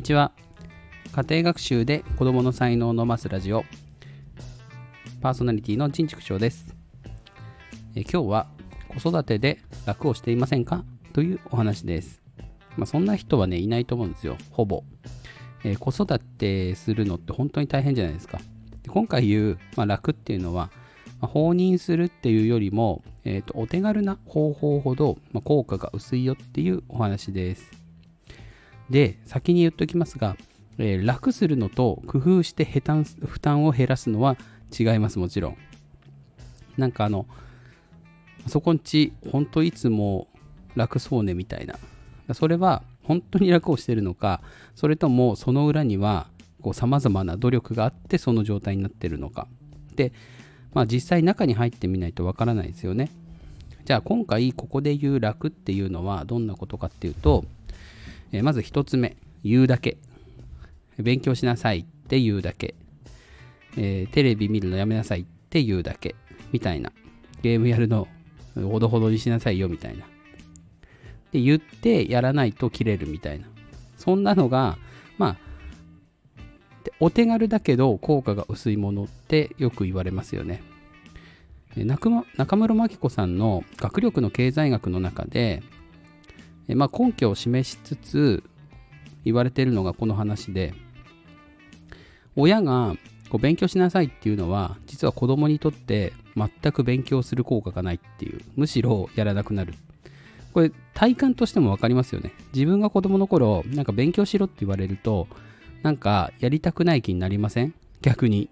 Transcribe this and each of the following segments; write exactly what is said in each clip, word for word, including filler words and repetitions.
にちは。家庭学習で子どもの才能を伸ばすラジオ、パーソナリティの陳畜生です。え今日は子育てで楽をしていませんかというお話です。まあ、そんな人はねいないと思うんですよ、ほぼ。えー、子育てするのって本当に大変じゃないですか。で今回言う、まあ、楽っていうのは、まあ、放任するっていうよりも、えーと、お手軽な方法ほど、まあ、効果が薄いよっていうお話です。で、先に言っておきますが、えー、楽するのと工夫して負担、負担を減らすのは違います。もちろん。なんかあの、そこんち、ほんといつも楽そうねみたいな。それは本当に楽をしてるのか、それともその裏にはさまざまな努力があってその状態になってるのか。で、まあ実際中に入ってみないとわからないですよね。じゃあ今回ここで言う楽っていうのはどんなことかっていうと、えー、まず一つ目、言うだけ。勉強しなさいって言うだけ、えー、テレビ見るのやめなさいって言うだけみたいな、ゲームやるのほどほどにしなさいよみたいなで言ってやらないと切れるみたいな、そんなのがまあお手軽だけど効果が薄いものってよく言われますよね。中室真紀子さんの学力の経済学の中で、まあ、根拠を示しつつ言われているのがこの話で、親がこう勉強しなさいっていうのは実は子供にとって全く勉強する効果がないっていう、むしろやらなくなる。これ体感としても分かりますよね。自分が子供の頃なんか勉強しろって言われるとなんかやりたくない気になりません？逆にい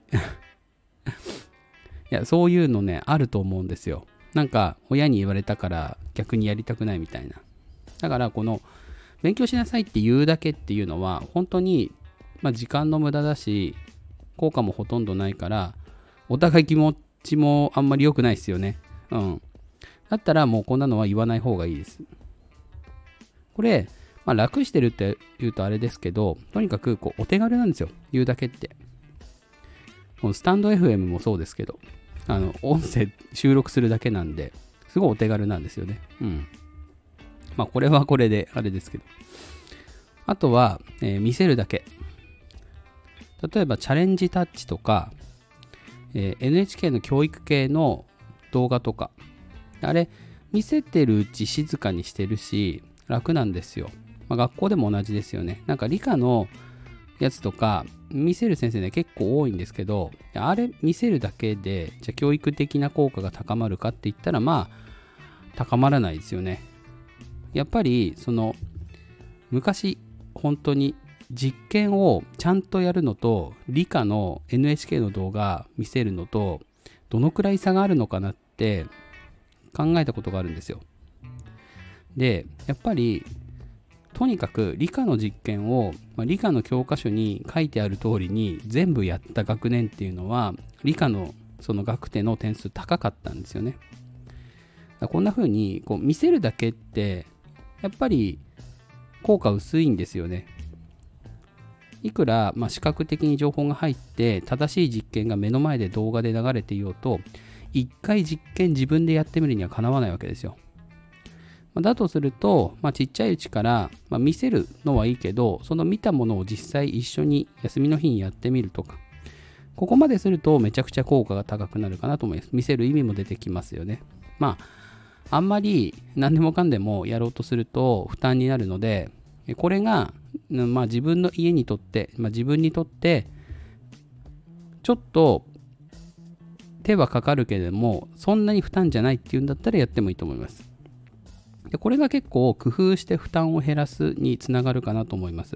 やそういうのねあると思うんですよ。なんか親に言われたから逆にやりたくないみたいな。だからこの勉強しなさいって言うだけっていうのは本当にまあ、時間の無駄だし効果もほとんどないから、お互い気持ちもあんまり良くないですよね。うん。だったらもうこんなのは言わない方がいいです。これ、まあ、楽してるって言うとあれですけど、とにかくこうお手軽なんですよ、言うだけって。このスタンド エフエム もそうですけど、あの音声収録するだけなんで、すごいお手軽なんですよね。うん。まあこれはこれであれですけど。あとは、えー、見せるだけ。例えばチャレンジタッチとか、えー、エヌエイチケー の教育系の動画とか、あれ見せてるうち静かにしてるし楽なんですよ。まあ、学校でも同じですよね。なんか理科のやつとか見せる先生ね結構多いんですけど、あれ見せるだけでじゃあ教育的な効果が高まるかって言ったらまあ高まらないですよね。やっぱりその昔本当に実験をちゃんとやるのと理科の エヌエイチケー の動画見せるのとどのくらい差があるのかなって考えたことがあるんですよ。でやっぱりとにかく理科の実験を、まあ、理科の教科書に書いてある通りに全部やった学年っていうのは理科のその学点の点数高かったんですよね。こんな風にこう見せるだけってやっぱり効果薄いんですよね。いくら、まあ、視覚的に情報が入って正しい実験が目の前で動画で流れていようと一回実験自分でやってみるにはかなわないわけですよ。まあ、だとすると、まあ、ちっちゃいうちから、まあ、見せるのはいいけどその見たものを実際一緒に休みの日にやってみるとか、ここまでするとめちゃくちゃ効果が高くなるかなと思います。見せる意味も出てきますよね。まああんまり何でもかんでもやろうとすると負担になるので、これがまあ、自分の家にとって、まあ、自分にとってちょっと手はかかるけれどもそんなに負担じゃないっていうんだったらやってもいいと思います。でこれが結構工夫して負担を減らすにつながるかなと思います。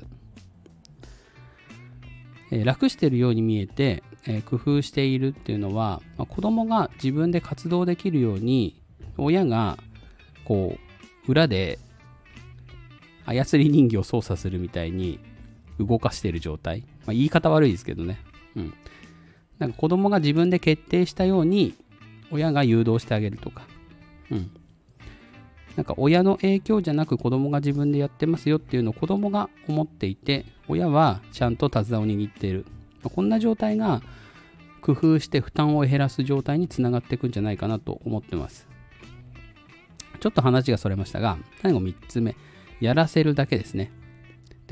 えー、楽しているように見えて、えー、工夫しているっていうのは、まあ、子供が自分で活動できるように親がこう裏で操り人形を操作するみたいに動かしている状態、まあ、言い方悪いですけどね、うん、なんか子供が自分で決定したように親が誘導してあげるとか、うん、なんか親の影響じゃなく子供が自分でやってますよっていうのを子供が思っていて親はちゃんと手綱を握っている、まあ、こんな状態が工夫して負担を減らす状態につながっていくんじゃないかなと思ってます。ちょっと話がそれましたが最後みっつめ、やらせるだけですね。で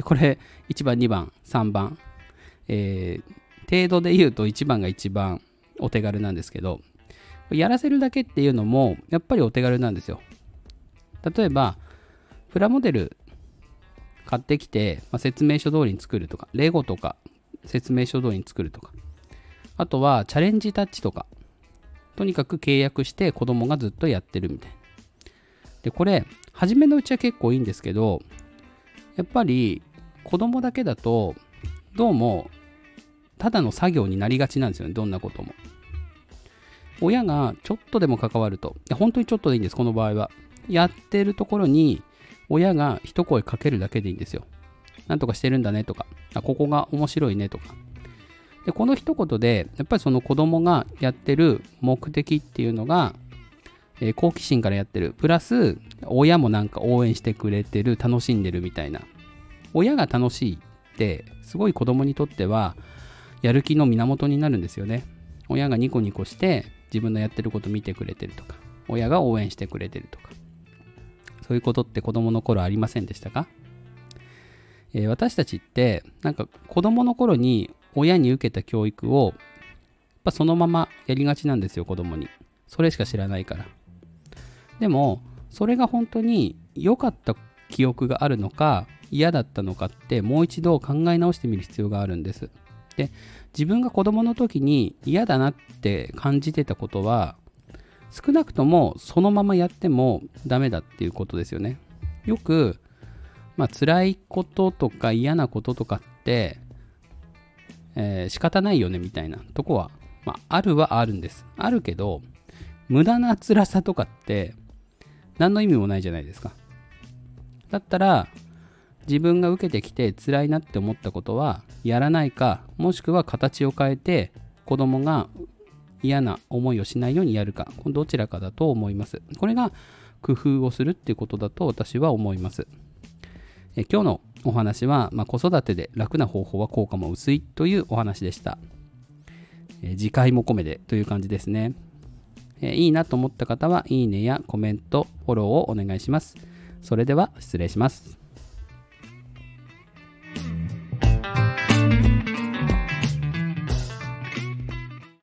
でこれいちばんにばんさんばん、えー、程度で言うといちばんが一番お手軽なんですけど、やらせるだけっていうのもやっぱりお手軽なんですよ。例えばプラモデル買ってきて、まあ、説明書通りに作るとか、レゴとか説明書通りに作るとか、あとはチャレンジタッチとか、とにかく契約して子供がずっとやってるみたいな。でこれ初めのうちは結構いいんですけど、やっぱり子供だけだとどうもただの作業になりがちなんですよね。どんなことも親がちょっとでも関わると、いや本当にちょっとでいいんです。この場合はやってるところに親が一声かけるだけでいいんですよ。なんとかしてるんだねとか、あここが面白いねとか。でこの一言でやっぱりその子供がやってる目的っていうのが、えー、好奇心からやってるプラス親もなんか応援してくれてる、楽しんでるみたいな。親が楽しいってすごい子供にとってはやる気の源になるんですよね。親がニコニコして自分のやってること見てくれてるとか、親が応援してくれてるとか、そういうことって子供の頃ありませんでしたか？えー、私たちってなんか子供の頃に親に受けた教育をやっぱそのままやりがちなんですよ。子供にそれしか知らないから。でもそれが本当に良かった記憶があるのか嫌だったのかってもう一度考え直してみる必要があるんです。で自分が子供の時に嫌だなって感じてたことは少なくともそのままやってもダメだっていうことですよね。よくまあ辛いこととか嫌なこととかって、えー、仕方ないよねみたいなとこは、まあ、あるはあるんです。あるけど無駄な辛さとかって何の意味もないじゃないですか。だったら自分が受けてきて辛いなって思ったことはやらないか、もしくは形を変えて子供が嫌な思いをしないようにやるか、どちらかだと思います。これが工夫をするっていうことだと私は思います。え今日のお話は、まあ、子育てで楽な方法は効果も薄いというお話でした。え次回も込めでという感じですね。えいいなと思った方はいいねやコメント、フォローをお願いします。それでは失礼します。